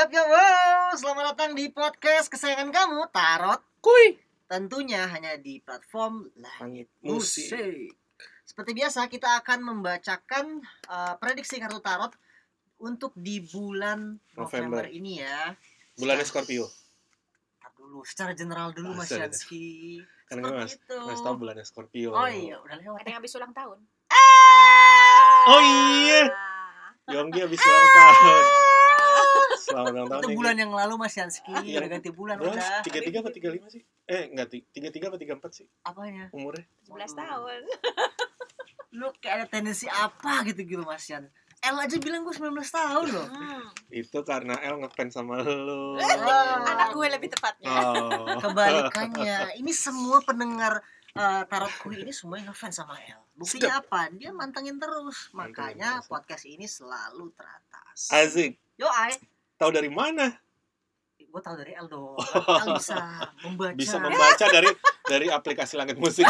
Yap, wow, selamat datang di podcast kesayangan kamu, Tarot. Kuy. Tentunya hanya di platform Langit Musik. Seperti biasa, kita akan membacakan prediksi kartu tarot untuk di bulan November ini ya. Bulannya Scorpio. Dulu, secara general dulu Mas Yansky. Kan Mas tahu bulannya Scorpio. Oh iya, udah lewat. Ada yang habis ulang tahun. Oh iya. Yonggi habis ulang tahun. Selamat ulang tahun. Itu bulan yang lalu Mas Yansky, udah ganti bulan udah. 33 apa 35 sih? Enggak, 33 apa 34 sih? Apanya? Umurnya 17 tahun. Lu kayak ada tendensi apa gitu Mas Yan? El aja bilang gue 19 tahun loh. Itu karena El ngefans sama lu. Anak gue lebih tepatnya. Kebalikannya. Ini semua pendengar tarot kui ini semua yang ngefans sama El. Buktinya apa? Dia mantengin terus. Makanya podcast ini selalu teratas. Asik. Yo, tahu dari mana? Gue tahu dari El dong. El bisa membaca dari aplikasi Langit Musik.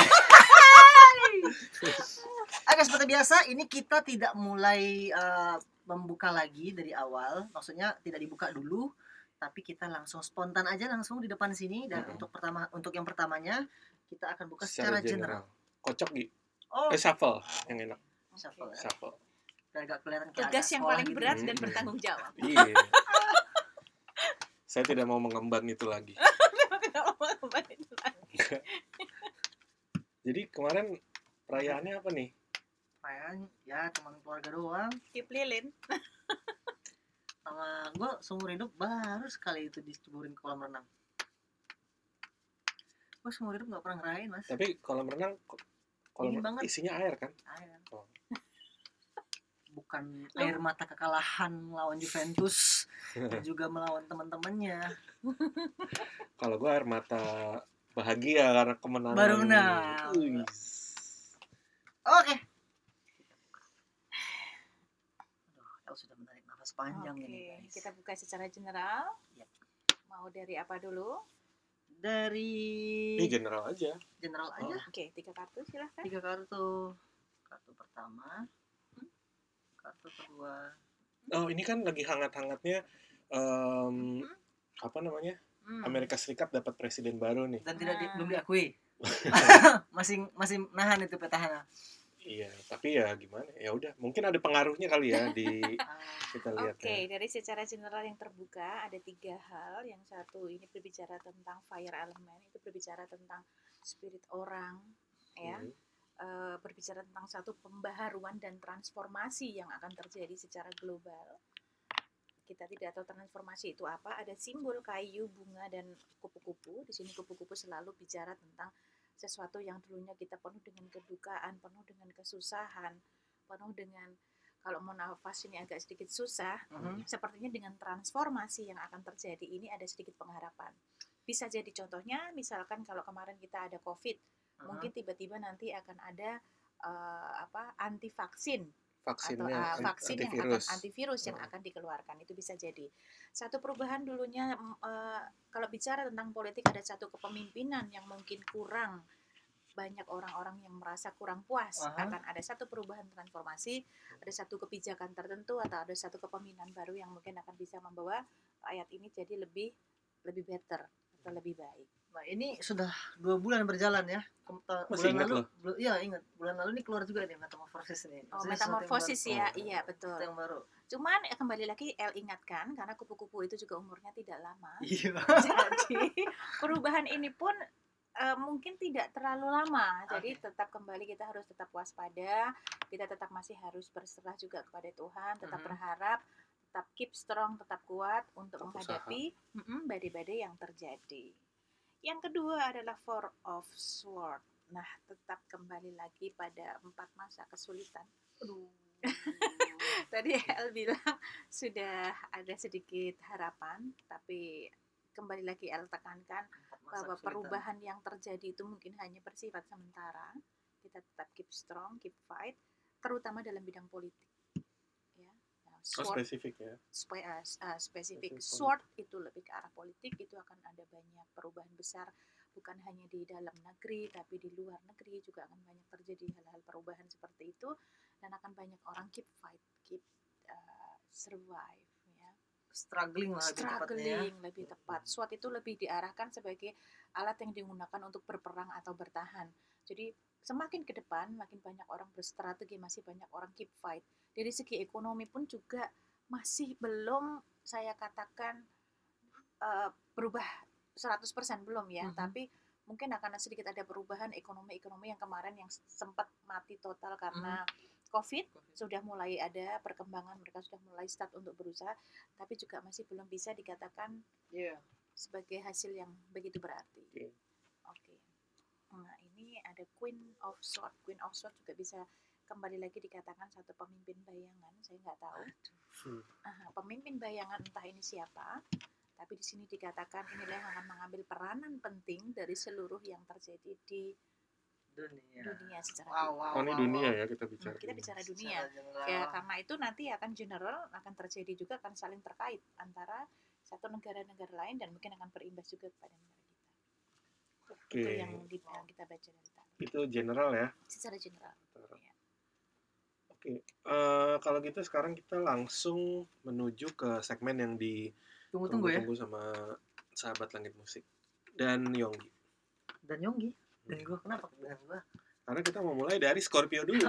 Oke, seperti biasa ini kita tidak mulai membuka lagi dari awal. Maksudnya tidak dibuka dulu, tapi kita langsung spontan aja langsung di depan sini. Dan untuk yang pertamanya kita akan buka secara general. Kocok gitu. Shuffle yang enak. Shuffle. Dan agak kelihatan tugas yang paling berat dan bertanggung jawab. Iya. Saya tidak mau mengemban itu lagi. Jadi kemarin perayaannya apa nih? Perayaan ya teman keluarga doang. Keep lilin. Sama gue seumur hidup baru sekali itu diceburin ke kolam renang. Gue seumur hidup gak pernah ngerayain Mas. Tapi kolam renang isinya air kan? Air. Bukan air mata kekalahan lawan Juventus dan juga melawan teman-temannya. Kalau gue air mata bahagia karena kemenangan. Baru nah. Oke. El sudah menarik nafas panjang ini guys. Kita buka secara general. Yep. Mau dari apa dulu? Dari general aja. General aja. Oke, 3 kartu silahkan. 3 kartu. Kartu pertama. Kartu kedua. Oh, ini kan lagi hangat-hangatnya apa namanya? Amerika Serikat dapat presiden baru nih. Dan belum diakui. masih nahan itu petahana. Iya, tapi ya gimana? Ya udah, mungkin ada pengaruhnya kali ya di kita lihat. Oke, dari secara general yang terbuka ada 3 hal. Yang satu ini berbicara tentang fire element, itu berbicara tentang spirit orang, ya. Berbicara tentang satu pembaharuan dan transformasi yang akan terjadi secara global. Kita tidak tahu transformasi itu apa. Ada simbol kayu, bunga, dan kupu-kupu. Di sini kupu-kupu selalu bicara tentang sesuatu yang dulunya kita penuh dengan kedukaan, penuh dengan kesusahan, penuh dengan, kalau mau nafas ini agak sedikit susah, sepertinya dengan transformasi yang akan terjadi ini ada sedikit pengharapan. Bisa jadi contohnya, misalkan kalau kemarin kita ada COVID, mungkin tiba-tiba nanti akan ada anti vaksin vaksinnya, atau vaksin antivirus. yang akan antivirus yang akan dikeluarkan. Itu bisa jadi satu perubahan. Dulunya kalau bicara tentang politik ada satu kepemimpinan yang mungkin kurang, banyak orang-orang yang merasa kurang puas. Akan ada satu perubahan transformasi, ada satu kebijakan tertentu atau ada satu kepemimpinan baru yang mungkin akan bisa membawa rakyat ini jadi lebih better atau lebih baik. Nah, ini sudah 2 bulan berjalan ya. Masih ingat loh? Iya, ingat. Bulan lalu ini keluar juga nih metamorfosis nih. Metamorfosis ya, iya betul. Yang baru. Cuman kembali lagi El ingatkan, karena kupu-kupu itu juga umurnya tidak lama. Iya. Jadi perubahan ini pun mungkin tidak terlalu lama. Jadi tetap kembali kita harus tetap waspada. Kita tetap masih harus berserah juga kepada Tuhan. Tetap berharap, tetap keep strong, tetap kuat untuk menghadapi badai-badai yang terjadi. Yang kedua adalah Four of Swords. Nah, tetap kembali lagi pada 4 masa kesulitan. Tadi El bilang sudah ada sedikit harapan, tapi kembali lagi El tekankan bahwa perubahan yang terjadi itu mungkin hanya bersifat sementara. Kita tetap keep strong, keep fight, terutama dalam bidang politik. Ya. Sword, spesifik ya. Spesifik. Sword itu lebih ke arah politik, itu akan ada banyak perubahan besar, bukan hanya di dalam negeri, tapi di luar negeri juga akan banyak terjadi hal-hal perubahan seperti itu, dan akan banyak orang keep fight, keep survive, ya. struggling lah lebih tepatnya ya. struggling lebih tepat. SWOT itu lebih diarahkan sebagai alat yang digunakan untuk berperang atau bertahan. Jadi semakin ke depan makin banyak orang berstrategi, masih banyak orang keep fight. Dari segi ekonomi pun juga masih belum saya katakan berubah 100% belum ya, tapi mungkin akan sedikit ada perubahan ekonomi yang kemarin yang sempat mati total karena COVID sudah mulai ada perkembangan, mereka sudah mulai start untuk berusaha, tapi juga masih belum bisa dikatakan sebagai hasil yang begitu berarti. Oke. Nah, ini ada Queen of Swords. Queen of Swords juga bisa kembali lagi dikatakan satu pemimpin bayangan, saya nggak tahu. Pemimpin bayangan entah ini siapa, tapi di sini dikatakan inilah yang akan mengambil peranan penting dari seluruh yang terjadi di dunia secara ini dunia ya kita bicara. Kita bicara dunia. Ya, karena itu nanti akan general, akan terjadi juga, akan saling terkait antara satu negara-negara lain dan mungkin akan berimbas juga kepada negara kita. Itu yang kita baca dari tadi. Itu general ya? Secara general. Ya. Oke. Kalau gitu sekarang kita langsung menuju ke segmen yang ditunggu sama sahabat Langit Musik dan Yonggi. Dan gue kenapa dengan gue? Karena kita mau mulai dari Scorpio dulu.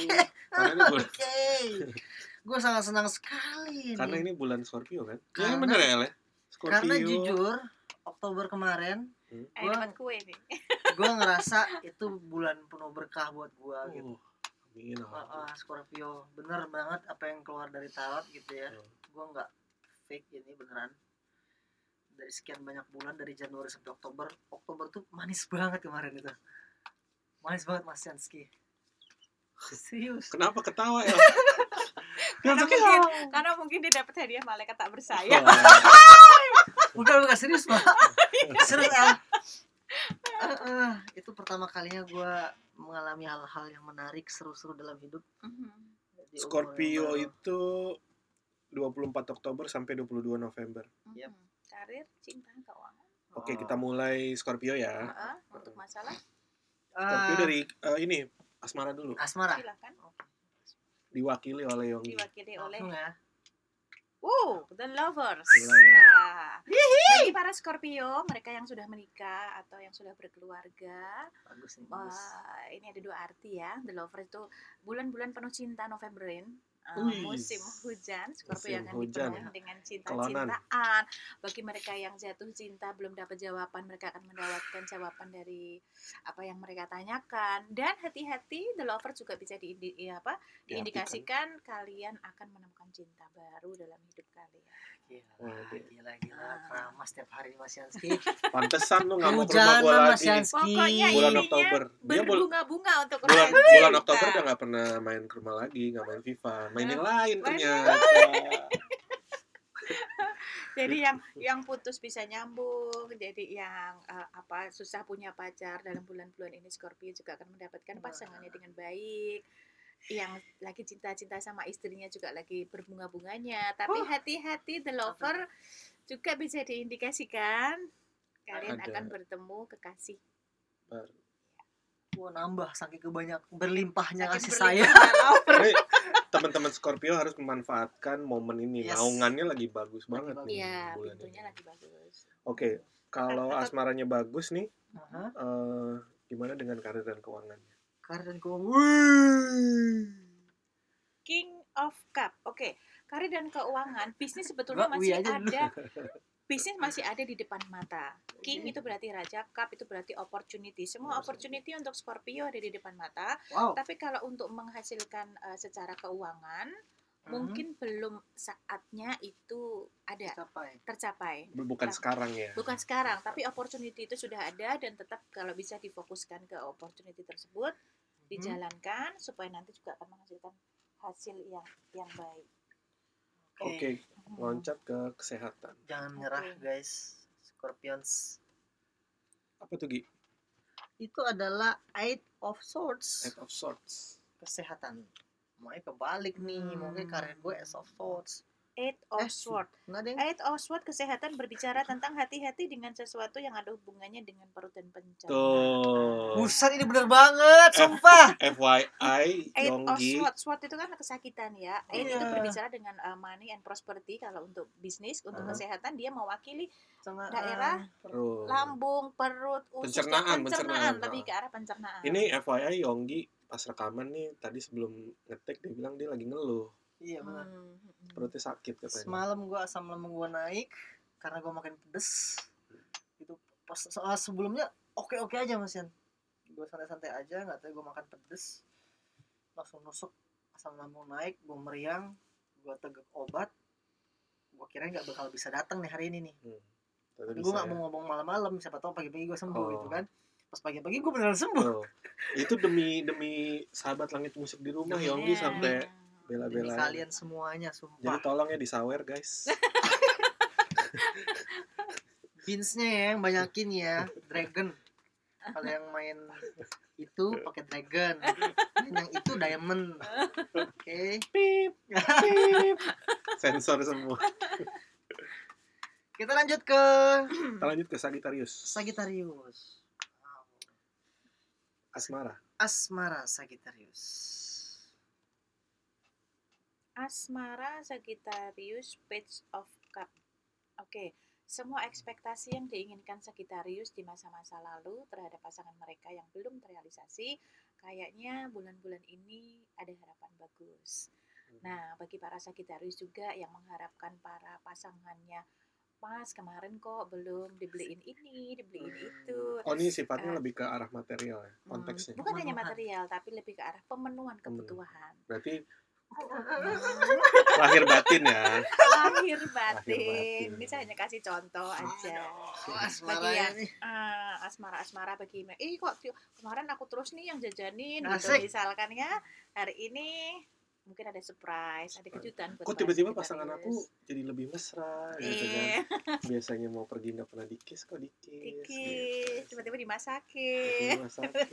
Gue sangat senang sekali. Karena ini bulan Scorpio kan? Ini bener ya, Le? Scorpio. Karena jujur, Oktober kemarin, dapat kue nih. Gue ngerasa itu bulan penuh berkah buat gue gitu. Amin. Scorpio, bener banget apa yang keluar dari tarot gitu ya. Gue nggak fake ini, beneran. Dari sekian banyak bulan dari Januari sampai Oktober tuh manis banget kemarin itu. Manis banget Mas Yansky. Serius. Kenapa ketawa ya? Karena mungkin dia dapat hadiah malaikat tak bersayap. Bukan serius Pak. Serius itu pertama kalinya gue mengalami hal-hal yang menarik, seru-seru dalam hidup. Scorpio itu 24 Oktober sampai 22 November. Karir, cinta, keuangan. Oke, kita mulai Scorpio ya. Untuk masalah Scorpio dari ini Asmara dulu. Asmara. Silakan. Diwakili oleh Yonggi. Diwakili oleh ya. The Lovers. Bagi para Scorpio, mereka yang sudah menikah atau yang sudah berkeluarga, bagus. Ini ada dua arti ya. The Lovers itu bulan-bulan penuh cinta, Novemberin. Musim hujan, Scorpio yang akan dipenuhi dengan cinta-cintaan. Bagi mereka yang jatuh cinta belum dapat jawaban, mereka akan mendapatkan jawaban dari apa yang mereka tanyakan. Dan hati-hati, The Lover juga bisa diindikasikan kalian akan menemukan cinta baru dalam hidup kalian. Gila. Keramas setiap hari Mas Yansky. Pantesan lu gak mau ke rumah gue lagi. Pokoknya bulan Oktober. Dia berbunga-bunga untuk bulan Oktober udah gak pernah main ke rumah lagi, gak main FIFA, main yang lain ternyata. Jadi yang putus bisa nyambung, jadi yang susah punya pacar dalam bulan-bulan ini, Scorpio juga akan mendapatkan pasangannya dengan baik. Yang lagi cinta-cinta sama istrinya juga lagi berbunga-bunganya. Tapi hati-hati, The Lover juga bisa diindikasikan kalian akan bertemu kekasih baru. Nambah saking berlimpahnya kasih sayang. Teman-teman Scorpio harus memanfaatkan momen ini. Naungannya lagi bagus banget nih. Iya, pintunya lagi bagus. Oke, kalau asmaranya bagus nih, gimana dengan karir dan keuangannya? King of Cup. Oke. Karir dan keuangan, bisnis sebetulnya masih ada. Bisnis masih ada di depan mata. King itu berarti raja, cup itu berarti opportunity. Semua opportunity untuk Scorpio ada di depan mata. Tapi kalau untuk menghasilkan secara keuangan, mungkin belum saatnya itu ada tercapai. Bukan sekarang ya. Bukan sekarang, tapi opportunity itu sudah ada dan tetap kalau bisa difokuskan ke opportunity tersebut, dijalankan supaya nanti juga akan menghasilkan hasil yang baik. Oke. Loncat ke kesehatan. Jangan menyerah guys, Scorpions. Apa tuh Gi? Itu adalah Eight of Swords. Kesehatan. Mungkin kebalik nih, mungkin karir gue Ace of Swords. Eight of Swords. Eight of Swords kesehatan berbicara tentang hati-hati dengan sesuatu yang ada hubungannya dengan perut dan pencernaan. Tuh. Buset, ini bener banget, sumpah. FYI, Eight of Yonggi. Swords itu kan kesakitan ya. Eight itu berbicara dengan money and prosperity kalau untuk bisnis, untuk kesehatan dia mewakili daerah lambung, perut, usus, pencernaan, lebih ke arah pencernaan. Ini FYI Yonggi pas rekaman nih tadi sebelum ngetek dia bilang dia lagi ngeluh. Iya benar. Perutnya sakit katanya. Semalam gue asam lambung gue naik karena gue makan pedes. Itu pas sebelumnya oke aja Mas Yan. Gue santai-santai aja, nggak tahu gue makan pedes. Langsung nusuk, asam lambung naik, gue meriang, gue tegak obat. Gue kira nggak bakal bisa datang nih hari ini nih. Gue nggak mau ngomong malam-malam, siapa tahu pagi-pagi gue sembuh gitu kan. Pas pagi-pagi gue beneran sembuh. Itu demi sahabat langit musik di rumah Yonggi sampai bela-belain kalian semuanya, sumpah. Jadi tolong ya disawer guys. Beansnya ya yang banyakin ya, dragon. Kalau yang main itu pakai dragon, yang itu diamond. Oke. Pip. Sensor semua. Kita lanjut ke Sagittarius. Asmara Sagittarius. Page of Cup. Oke. Semua ekspektasi yang diinginkan Sagittarius di masa-masa lalu terhadap pasangan mereka yang belum terrealisasi, kayaknya bulan-bulan ini ada harapan bagus. Nah, bagi para Sagittarius juga yang mengharapkan para pasangannya, Mas, kemarin kok belum dibeliin ini, dibeliin itu. Oh, ini sifatnya lebih ke arah material ya, konteksnya. Bukan hanya material, tapi lebih ke arah pemenuhan kebutuhan. Berarti lahir batin ya. Lahir batin. Ini saya hanya kasih contoh aja. Asmara bagi yang asmara bagi kok kemarin aku terus nih yang jajanin gitu misalkan ya. Hari ini mungkin ada surprise, ada kejutan buat kok tiba-tiba pasangan aku jadi lebih mesra gitu kan. Biasanya mau pergi nggak pernah dikis kok dikis gitu. Tiba-tiba dimasakin.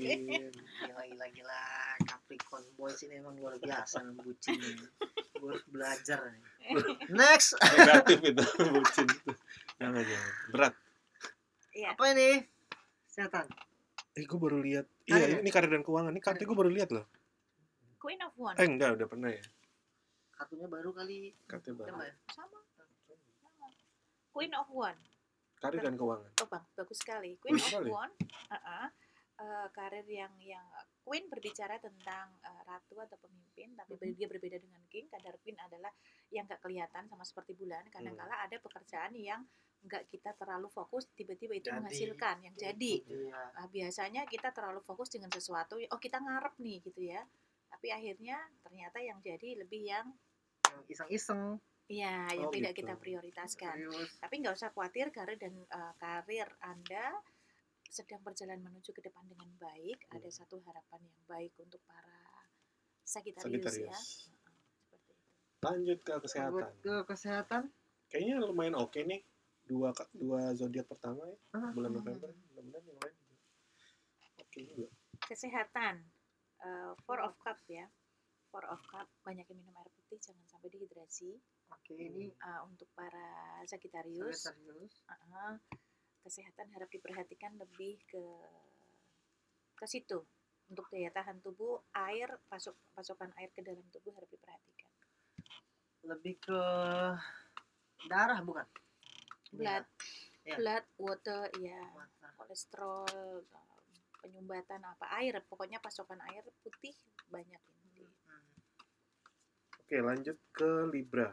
Gila Capricorn boys ini emang luar biasa bucin. Gue harus belajar nih. Next. Negatif itu bucin itu. Jangan berat. Iya. Apa ini? Kesehatan. Gue baru lihat. Iya, ini karir dan keuangan. Ini kartu gue baru lihat loh. Queen of Wands. Enggak, udah pernah ya. Kartunya baru kali. Kartunya baru. Sama. Queen of Wands. Karir dan keuangan. Oh bang, bagus sekali. Queen of Wands. Karir yang Queen berbicara tentang ratu atau pemimpin, tapi dia berbeda dengan King. Kadar Queen adalah yang nggak kelihatan sama seperti bulan. Kadang-kala ada pekerjaan yang nggak kita terlalu fokus, tiba-tiba itu menghasilkan yang jadi. Biasanya kita terlalu fokus dengan sesuatu, kita ngarep nih gitu ya. Tapi akhirnya ternyata yang jadi lebih yang iseng-iseng. Iya, yang tidak kita prioritaskan. Tapi nggak usah khawatir, karir Anda sedang berjalan menuju ke depan dengan baik. Ada satu harapan yang baik untuk para Sagittarius. Ya. Seperti itu. Lanjut ke kesehatan. Kayaknya lumayan oke nih. Dua zodiak pertama ya. Bulan November. Mudah-mudahan yang lain juga oke juga. Kesehatan. Four of Cup ya. Four of Cup, banyak yang minum air putih, jangan sampai dehidrasi. Oke, ini untuk para Sagittarius. Kesehatan harap diperhatikan lebih ke situ. Untuk daya tahan tubuh, pasokan air ke dalam tubuh harap diperhatikan. Lebih ke darah bukan? Blood, water, ya. Kolesterol, penyumbatan air, pokoknya pasokan air putih banyak ini. Oke, lanjut ke Libra.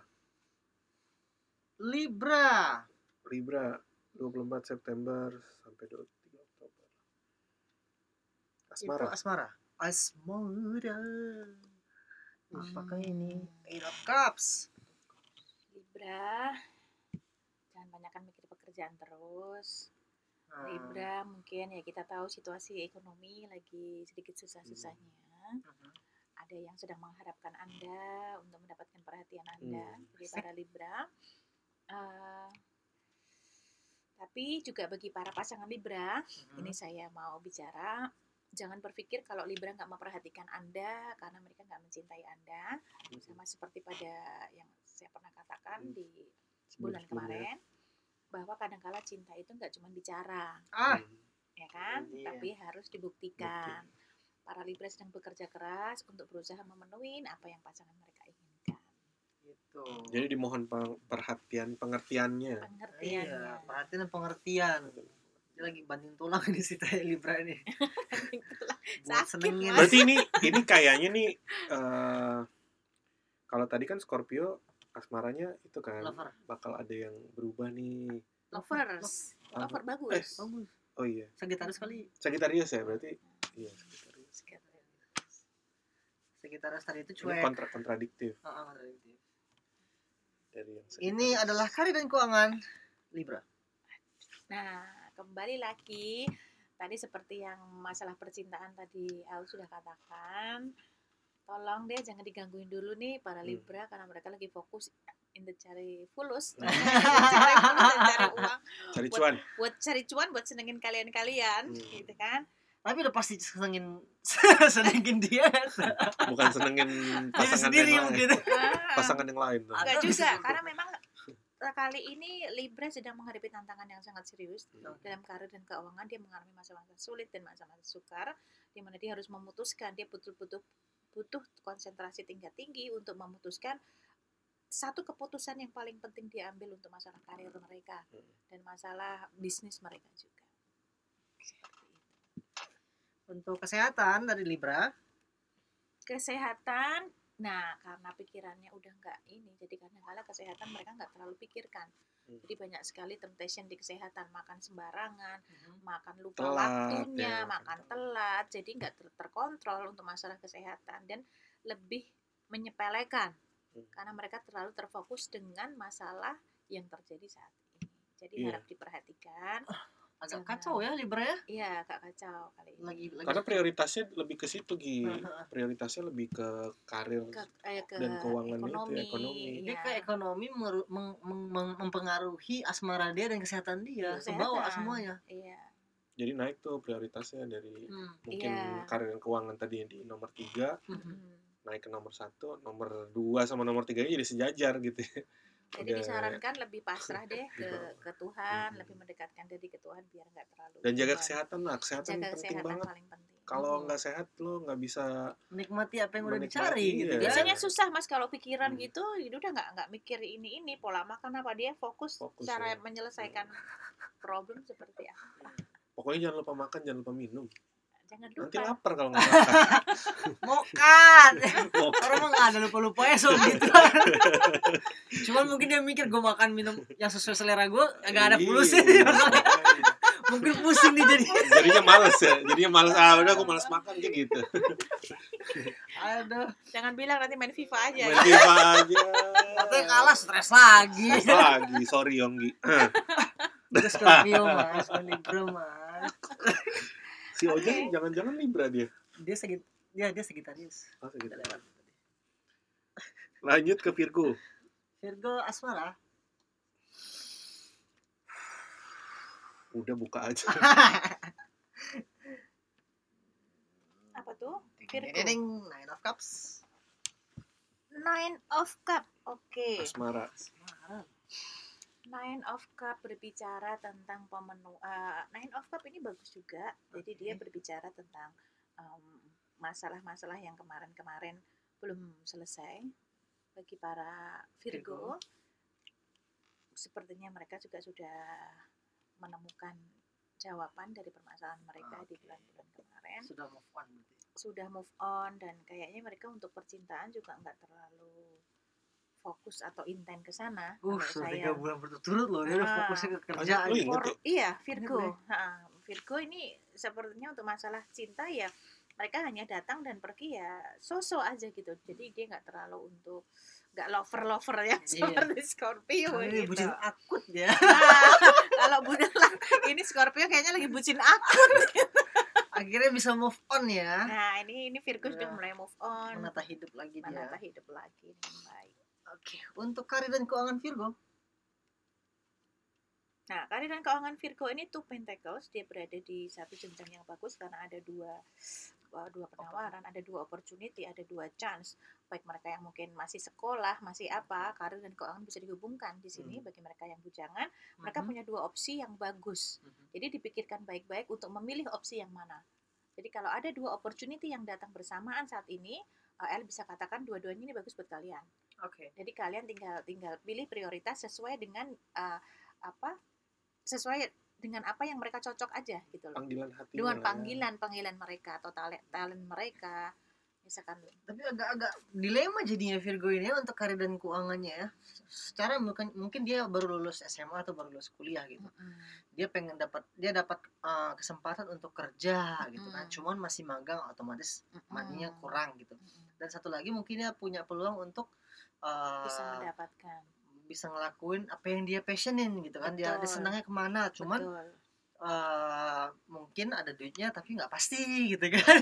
24 September sampai 23 Oktober. Asmara. Apakah ini Eight of Cups? Libra, jangan banyakkan mikir pekerjaan terus. Libra mungkin ya kita tahu situasi ekonomi lagi sedikit susah-susahnya. Ada yang sedang mengharapkan Anda untuk mendapatkan perhatian Anda dari para Libra. Tapi juga bagi para pasangan Libra, ini saya mau bicara, jangan berpikir kalau Libra nggak memperhatikan Anda karena mereka nggak mencintai Anda. Sama seperti pada yang saya pernah katakan di bulan kemarin bahwa kadangkala cinta itu nggak cuma bicara, ya kan, tapi harus dibuktikan. Para Libra sedang bekerja keras untuk berusaha memenuhi apa yang pasangan mereka inginkan. Gitu. Jadi dimohon pengertiannya. Iya, perhatian dan pengertian. Dia lagi banting tulang di si Libra ini. Buat senengin. Berarti ini kayaknya nih kalau tadi kan Scorpio asmaranya itu kan Lover. Bakal ada yang berubah nih. Lover bagus. Oh iya. Sagittarius kali. Sagittarius ya berarti. Iya, Sagittarius tadi itu cuek. Ini kontradiktif. Kontradiktif. Dari yang ini adalah karir dan keuangan Libra. Nah, kembali lagi tadi seperti yang masalah percintaan tadi Al sudah katakan, tolong deh jangan digangguin dulu nih para Libra karena mereka lagi fokus cari fulus, cari uang, cari cuan, buat cari cuan buat senengin kalian gitu kan. Tapi udah pasti senengin dia. Bukan senengin pasangan sendiri yang lain. Pasangan yang lain. Enggak juga, karena memang kali ini Libra sedang menghadapi tantangan yang sangat serius dalam karir dan keuangan. Dia mengalami masa-masa sulit dan masa-masa sukar, di mana dia harus memutuskan. Dia butuh konsentrasi tingkat tinggi untuk memutuskan satu keputusan yang paling penting diambil untuk masalah karir mereka dan masalah bisnis mereka juga. Untuk kesehatan dari Libra, kesehatan, nah karena pikirannya udah nggak ini, jadi kadang-kadang kesehatan mereka nggak terlalu pikirkan. Jadi banyak sekali temptation di kesehatan, makan sembarangan, makan lupa waktunya, makan telat, jadi nggak terkontrol untuk masalah kesehatan dan lebih menyepelekan karena mereka terlalu terfokus dengan masalah yang terjadi saat ini. Jadi harap diperhatikan. Agak kacau ya Libra ya? Iya, agak kacau kali ini. Lagi karena prioritasnya lebih ke situ prioritasnya lebih ke karir dan keuangan ekonomi. Dia ke ekonomi mempengaruhi asmara dia dan kesehatan dia, kebawa semuanya. Iya. Jadi naik tuh prioritasnya dari mungkin karir dan keuangan tadi di nomor 3 naik ke nomor 1, nomor 2 sama nomor 3 jadi sejajar gitu. Jadi disarankan lebih pasrah deh ke Tuhan, lebih mendekatkan diri ke Tuhan biar nggak terlalu. Dan jaga kesehatan lah, kesehatan penting banget. Kalau nggak sehat lo nggak bisa menikmati apa yang udah dicari gitu. Biasanya susah Mas kalau pikiran gitu, itu udah nggak mikir ini pola makan apa, dia fokus cara menyelesaikan problem seperti apa. Pokoknya jangan lupa makan, jangan lupa minum. Jangan lupa. Nanti lapar kalau nggak makan. Mokan. Orang mah nggak ada lupa ya soal gitu. Cuman mungkin dia mikir gue makan minum yang sesuai selera gue, nggak ada fulusnya. Mungkin pusing nih jadinya males ya. Udah gue males makan kayak gitu. Aduh. Jangan bilang nanti main FIFA aja. Main FIFA aja. Katanya kalah stres lagi. Sorry Yonggi. Udah Scorpio Mas, Libra Mas. Si Oja jangan-jangan Libra dia. Dia Sagittarius. Oh, Sagittarius. Lanjut ke Virgo. Virgo asmara. Udah buka aja. Apa tuh? Virgo. Nine of Cups. Nine of Cup. Oke. Asmara. Nine of Cup berbicara tentang Nine of Cup ini bagus juga. Jadi dia berbicara tentang masalah-masalah yang kemarin-kemarin belum selesai bagi para Virgo. Sepertinya mereka juga sudah menemukan jawaban dari permasalahan mereka di bulan-bulan kemarin. Sudah move on dan kayaknya mereka untuk percintaan juga nggak terlalu fokus atau intent ke sana. Sudah 3 bulan berturut-turut loh, dia udah fokusnya ke kerjaan. Iya, Virgo. Virgo ini sepertinya untuk masalah cinta ya mereka hanya datang dan pergi ya so-so aja gitu. Jadi dia nggak terlalu untuk nggak lover ya seperti Scorpio gitu. Bucin akut ya. Kalau ini Scorpio kayaknya lagi bucin akut. Akhirnya bisa move on ya. Nah ini Virgo sudah mulai move on. Menata hidup lagi dengan baik. Oke, untuk karir dan keuangan Virgo. Nah, karir dan keuangan Virgo ini 2 Pentacles, dia berada di satu jenjang yang bagus karena ada 2 dua penawaran, ada dua opportunity, ada dua chance. Baik mereka yang mungkin masih sekolah, masih apa, karir dan keuangan bisa dihubungkan di sini. Bagi mereka yang bujangan, mereka punya dua opsi yang bagus. Jadi dipikirkan baik-baik untuk memilih opsi yang mana. Jadi kalau ada dua opportunity yang datang bersamaan saat ini, El bisa katakan dua-duanya ini bagus buat kalian. Jadi kalian tinggal pilih prioritas sesuai dengan sesuai dengan apa yang mereka cocok aja gitu loh. Panggilan hatinya. Dengan panggilan mereka atau talent mereka. Misalkan. Tapi agak dilema jadinya Virgo ini ya untuk karir dan keuangannya ya. Secara mungkin dia baru lulus SMA atau baru lulus kuliah gitu. Dia dapat kesempatan untuk kerja gitu kan. Cuman masih magang, otomatis money-nya kurang gitu. Dan satu lagi mungkin dia punya peluang untuk bisa ngelakuin apa yang dia passionin gitu kan. Dia senangnya kemana, cuman mungkin ada duitnya tapi nggak pasti gitu kan.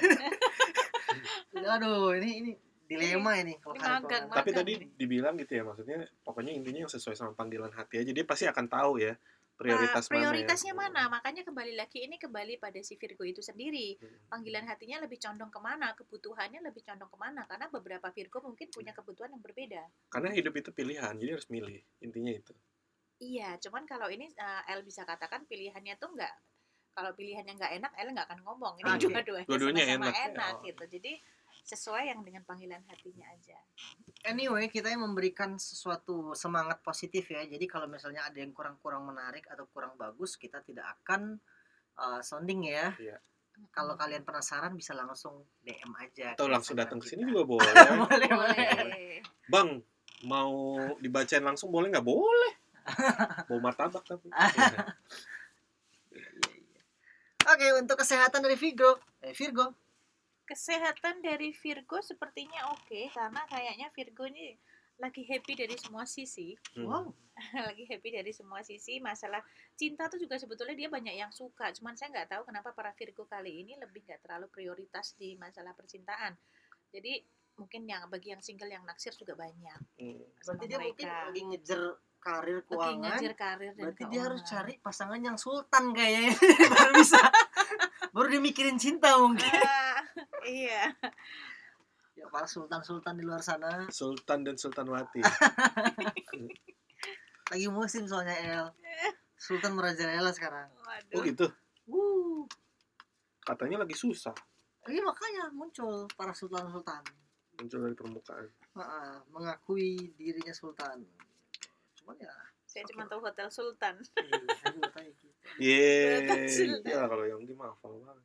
Aduh, ini dilema ini kalau magang. Tapi tadi dibilang gitu ya, maksudnya pokoknya intinya yang sesuai sama panggilan hati aja. Dia pasti akan tahu ya prioritasnya mana. Makanya kembali pada si Virgo itu sendiri. Panggilan hatinya lebih condong kemana, kebutuhannya lebih condong kemana, karena beberapa Virgo mungkin punya kebutuhan yang berbeda. Karena hidup itu pilihan, jadi harus milih, intinya itu. Iya, cuman kalau ini El bisa katakan pilihannya tuh enggak, kalau pilihannya nggak enak, El nggak akan ngomong. Ini dua-duanya enak gitu. Jadi sesuai yang dengan panggilan hatinya aja. Anyway, kita yang memberikan sesuatu semangat positif ya. Jadi kalau misalnya ada yang kurang menarik atau kurang bagus, kita tidak akan sounding ya. Iya. Kalau kalian penasaran bisa langsung DM aja. Atau langsung datang ke sini juga boleh. boleh. Bang, mau dibacain langsung boleh nggak? Boleh. Bawa martabak tapi. Oke, untuk kesehatan dari Virgo. Kesehatan dari Virgo sepertinya oke, karena kayaknya Virgo ini lagi happy dari semua sisi. Wow. Lagi happy dari semua sisi. Masalah cinta tuh juga sebetulnya dia banyak yang suka. Cuman saya nggak tahu kenapa para Virgo kali ini lebih nggak terlalu prioritas di masalah percintaan. Jadi mungkin bagi yang single, yang naksir juga banyak. Berarti dia mungkin lagi ngejar karir keuangan. Berarti dia harus cari pasangan yang sultan kayaknya. Baru bisa. Baru dia mikirin cinta mungkin. Iya. Ya para sultan di luar sana. Sultan dan Sultanwati. Lagi musim soalnya El. Sultan merajalela sekarang. Waduh. Oh gitu. Katanya lagi susah. Iya makanya muncul para sultan. Muncul dari permukaan. Mengakui dirinya sultan. Cuman ya. Saya cuma tahu Hotel Sultan. Saya juga tahu gitu. Ya kalau yang di hafal banget.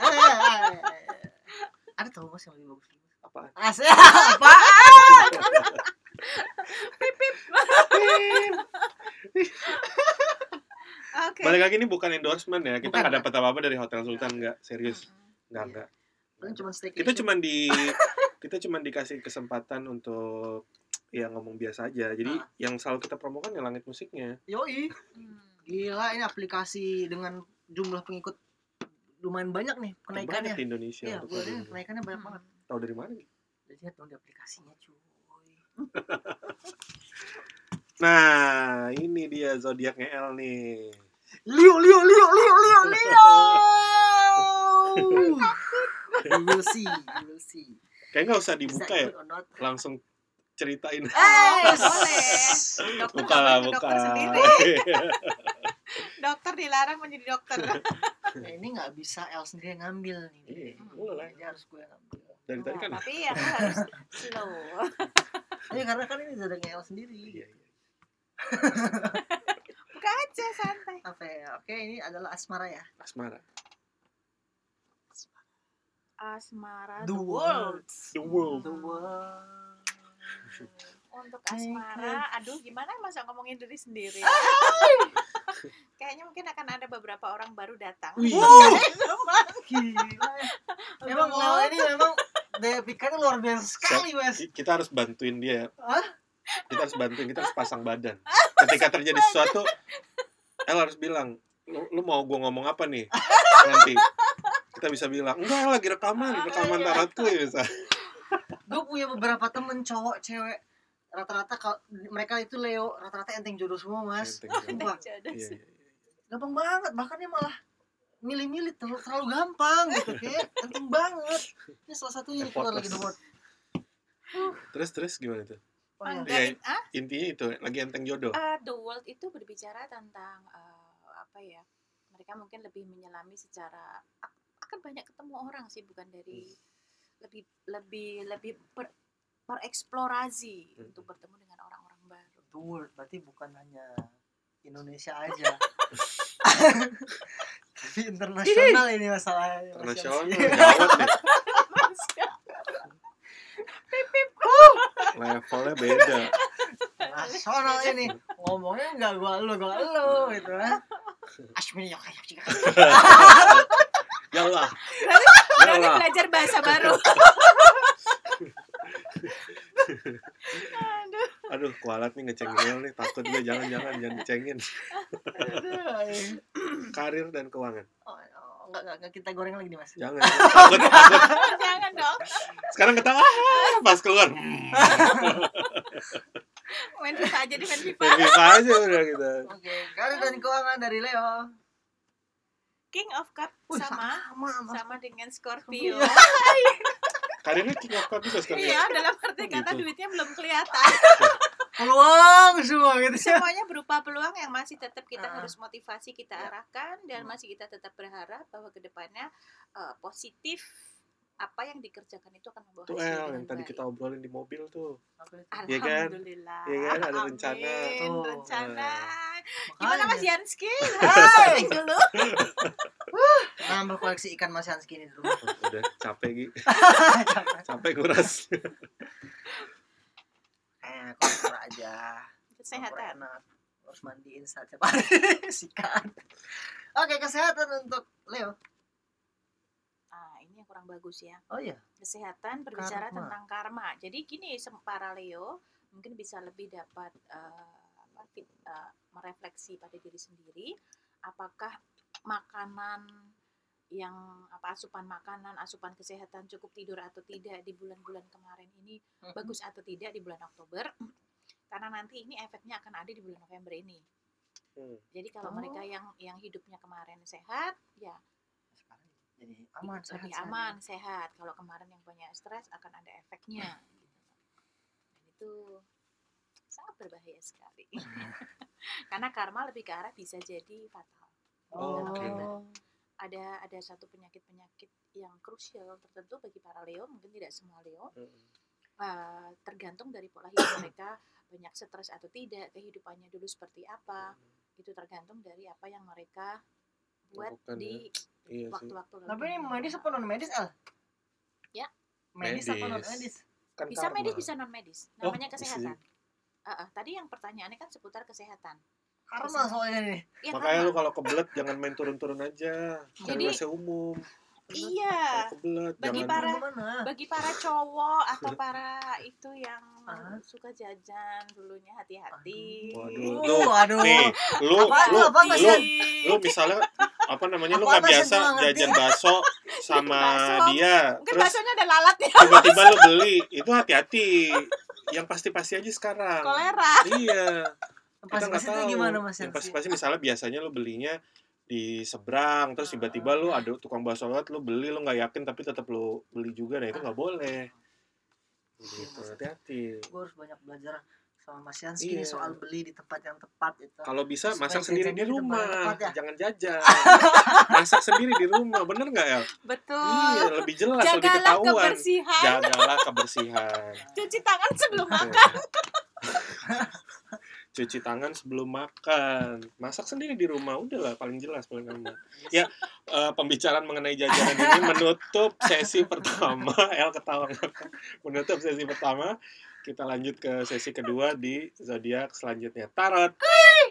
Ada tahu Mas yang lebih bagus? Apaan? Apaan? Pip. Oke. Balik lagi ini bukan endorsement ya. Kita nggak dapat apa-apa dari Hotel Sultan, nggak serius. Nggak. Kita cuma dikasih kesempatan untuk ya ngomong biasa aja. Jadi yang selalu kita promokan ya Langit Musiknya. Yoi. Gila, ini aplikasi dengan jumlah pengikut lumayan banyak nih kenaikannya di Indonesia. Iya, kenaikannya banyak banget. Tahu dari mana? Lihat dong di aplikasinya, cuy. Nah, ini dia zodiaknya El nih. Leo. We'll see. Kayak nggak usah dibuka ya, langsung ceritain. Boleh. Buka. Dokter sendiri. Dokter dilarang menjadi dokter. Ini nggak bisa El sendiri ngambil nih. Boleh. Jadi harus gue ngambil. Dari tadi kan. Tapi aku harus slow. Iya karena kan ini zodiaknya El sendiri. Iya. Buka aja santai. Apa ya? Oke, ini adalah asmara ya. Asmara. The world. Untuk asmara, aduh gimana masa ngomongin diri sendiri. Kayaknya mungkin akan ada beberapa orang baru datang. Gila. Emang Leo ini memang daya pikirnya luar biasa sekali, Mas. Kita harus bantuin dia. Kita harus pasang badan. Ketika terjadi sesuatu, El harus bilang, lu mau gue ngomong apa nih? Nanti kita bisa bilang, enggak, lagi rekaman tarotku ya bisa. Gue punya beberapa temen cowok, cewek, rata-rata kalau mereka itu Leo, rata-rata enteng jodoh semua, Mas. Sumpah. Iya. Gampang banget, bahkan dia malah milih-milih terlalu gampang gitu, kayak penting banget. Ini salah satunya nih keluar lagi The Word. Terus gimana tuh? Intinya itu lagi enteng jodoh. The World itu berbicara tentang apa ya? Mereka mungkin lebih menyelami secara akan banyak ketemu orang sih, bukan dari lebih bereksplorasi untuk bertemu dengan orang-orang baru. The World berarti bukan hanya Indonesia aja. Tapi internasional ini masalahnya. Internasional gawat nih. Levelnya beda. Nasional ini ngomongnya nggak gua lu gitu kan. Asmini ya kayak juga. Yalah. Berarti belajar bahasa baru. Aduh, kualat nih ngecengin nih, takut gue jangan dicengin. Karir dan keuangan. Enggak kita goreng lagi nih Mas. Jangan. Takut. Jangan dong. Sekarang ketawa pas keluar. Main FIFA aja di main FIFA. Main FIFA aja udah kita. Oke, karir dan keuangan dari Leo. King of Cup sama dengan Scorpio. Karirnya King of Cup bisa Scorpio. Iya, dalam arti kata duitnya belum kelihatan. Peluang semua gitu. Semuanya berupa peluang yang masih tetap kita harus motivasi kita arahkan, dan masih kita tetap berharap bahwa kedepannya positif, apa yang dikerjakan itu akan membawa hasil yang yang tadi kita obrolin di mobil tuh. Alhamdulillah. Iya kan ada rencana. Rencana. Gimana Mas Yansky? Hai. Dulu. Nambah koleksi ikan Mas Yansky ini dulu. Udah capek Gi. Capek nguras. Kotor aja. Kesehatan. Harus mandiin setiap hari sikat. Oke, kesehatan untuk Leo. Ini yang kurang bagus ya. Oh iya. Kesehatan berbicara tentang karma. Jadi gini, para Leo mungkin bisa lebih dapat merefleksi pada diri sendiri, apakah makanan yang asupan makanan, asupan kesehatan, cukup tidur atau tidak di bulan-bulan kemarin ini bagus atau tidak di bulan Oktober, karena nanti ini efeknya akan ada di bulan November ini. Jadi kalau mereka yang hidupnya kemarin sehat, ya jadi aman, lebih aman, sehat. Kalau kemarin yang banyak stres akan ada efeknya. Dan itu sangat berbahaya sekali. Karena karma lebih ke arah bisa jadi fatal. Ada satu penyakit yang krusial tertentu bagi para Leo, mungkin tidak semua Leo. Tergantung dari pola hidup mereka, banyak stres atau tidak, kehidupannya dulu seperti apa. Itu tergantung dari apa yang mereka buat di waktu-waktu lalu. Tapi ini medis apa non medis, Al? Ya. Medis apa non medis? Bisa medis, bisa non medis. Namanya kesehatan. Tadi yang pertanyaannya kan seputar kesehatan. Karma soalnya nih. Ya, makanya lu kalau kebelet jangan main turun-turun aja. Cari WC umum. Iya. Bagi para cowok atau para itu yang suka jajan dulunya, hati-hati. Waduh. Nih, lu misalnya lu nggak biasa jajan bakso sama dia. Mungkin baksonya ada lalatnya. Tiba-tiba lu beli, itu hati-hati. Yang pasti-pasti aja sekarang. Kolera. Iya. Pasti-pasti itu gimana Mas? Yang pasti-pasti misalnya biasanya lu belinya di seberang, terus tiba-tiba lu ada tukang bakso lewat, lu beli, lu nggak yakin tapi tetap lu beli juga, nah itu nggak boleh. Gitu, hati-hati. Gue harus banyak belajar sama Mas Yansky nih soal beli di tempat yang tepat itu. Kalau bisa masak sendiri di rumah, jangan jajan. Masak sendiri di rumah, bener nggak El? Betul. Iya, lebih jelas, lebih ketahuan. Jagalah kebersihan. Cuci tangan sebelum makan. Cuci tangan sebelum makan, masak sendiri di rumah, udahlah paling jelas, paling aman. Ya, pembicaraan mengenai jajanan ini menutup sesi pertama. El ketawa. Menutup sesi pertama, kita lanjut ke sesi kedua di zodiak selanjutnya, Tarot.